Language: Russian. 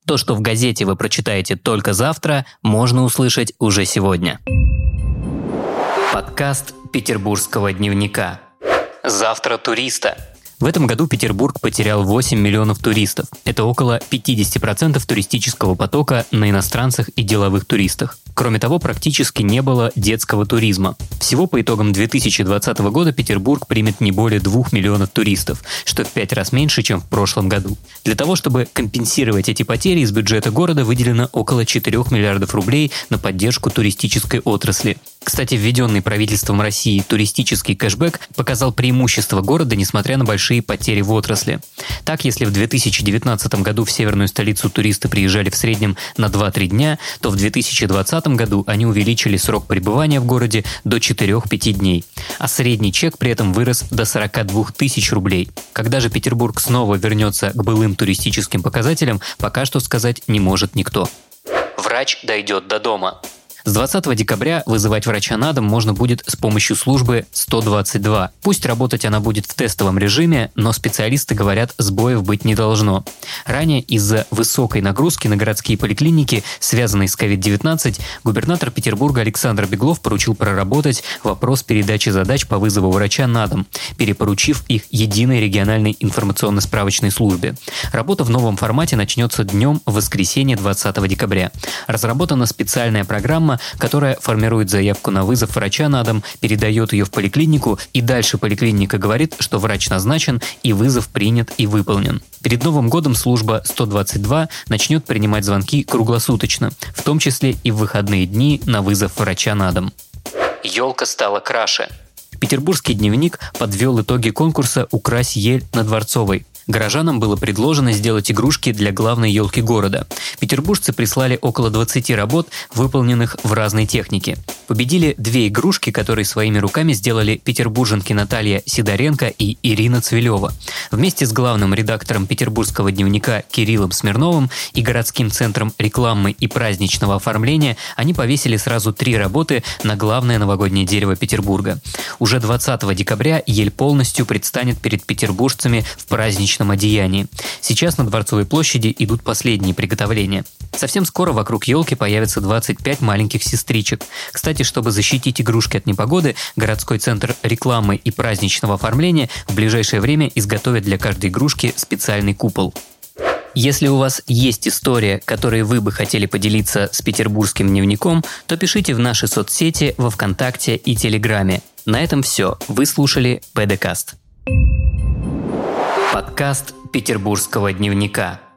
То, что в газете вы прочитаете только завтра, можно услышать уже сегодня. Подкаст Петербургского дневника. Завтра туриста. В этом году Петербург потерял 8 миллионов туристов. Это около 50% туристического потока на иностранцах и деловых туристах. Кроме того, практически не было детского туризма. Всего по итогам 2020 года Петербург примет не более 2 миллионов туристов, что в 5 раз меньше, чем в прошлом году. Для того, чтобы компенсировать эти потери, из бюджета города выделено около 4 миллиардов рублей на поддержку туристической отрасли. Кстати, введенный правительством России туристический кэшбэк показал преимущество города, несмотря на большие потери в отрасли. Так, если в 2019 году в северную столицу туристы приезжали в среднем на 2-3 дня, то в 2020 году они увеличили срок пребывания в городе до 4-5 дней, а средний чек при этом вырос до 42 тысяч рублей. Когда же Петербург снова вернется к былым туристическим показателям, пока что сказать не может никто. Врач дойдет до дома. С 20 декабря вызывать врача на дом можно будет с помощью службы 122. Пусть работать она будет в тестовом режиме, но специалисты говорят, сбоев быть не должно. Ранее из-за высокой нагрузки на городские поликлиники, связанной с COVID-19, губернатор Петербурга Александр Беглов поручил проработать вопрос передачи задач по вызову врача на дом, перепоручив их единой региональной информационно-справочной службе. Работа в новом формате начнется днем в воскресенье 20 декабря. Разработана специальная программа, которая формирует заявку на вызов врача на дом, передает ее в поликлинику, и дальше поликлиника говорит, что врач назначен и вызов принят и выполнен. Перед Новым годом служба 122 начнет принимать звонки круглосуточно, в том числе и в выходные дни на вызов врача на дом. Елка стала краше. Петербургский дневник подвел итоги конкурса «Укрась ель на Дворцовой». Горожанам было предложено сделать игрушки для главной елки города. Петербуржцы прислали около 20 работ, выполненных в разной технике. Победили 2 игрушки, которые своими руками сделали петербурженки Наталья Сидоренко и Ирина Цвилева. Вместе с главным редактором Петербургского дневника Кириллом Смирновым и городским центром рекламы и праздничного оформления они повесили сразу 3 работы на главное новогоднее дерево Петербурга. Уже 20 декабря ель полностью предстанет перед петербуржцами в праздничном одеянии. Сейчас на Дворцовой площади идут последние приготовления. Совсем скоро вокруг елки появится 25 маленьких сестричек. Кстати, чтобы защитить игрушки от непогоды, городской центр рекламы и праздничного оформления в ближайшее время изготовит для каждой игрушки специальный купол. Если у вас есть история, которой вы бы хотели поделиться с Петербургским дневником, то пишите в наши соцсети во ВКонтакте и Телеграме. На этом все. Вы слушали ПДКаст. Подкаст Петербургского дневника.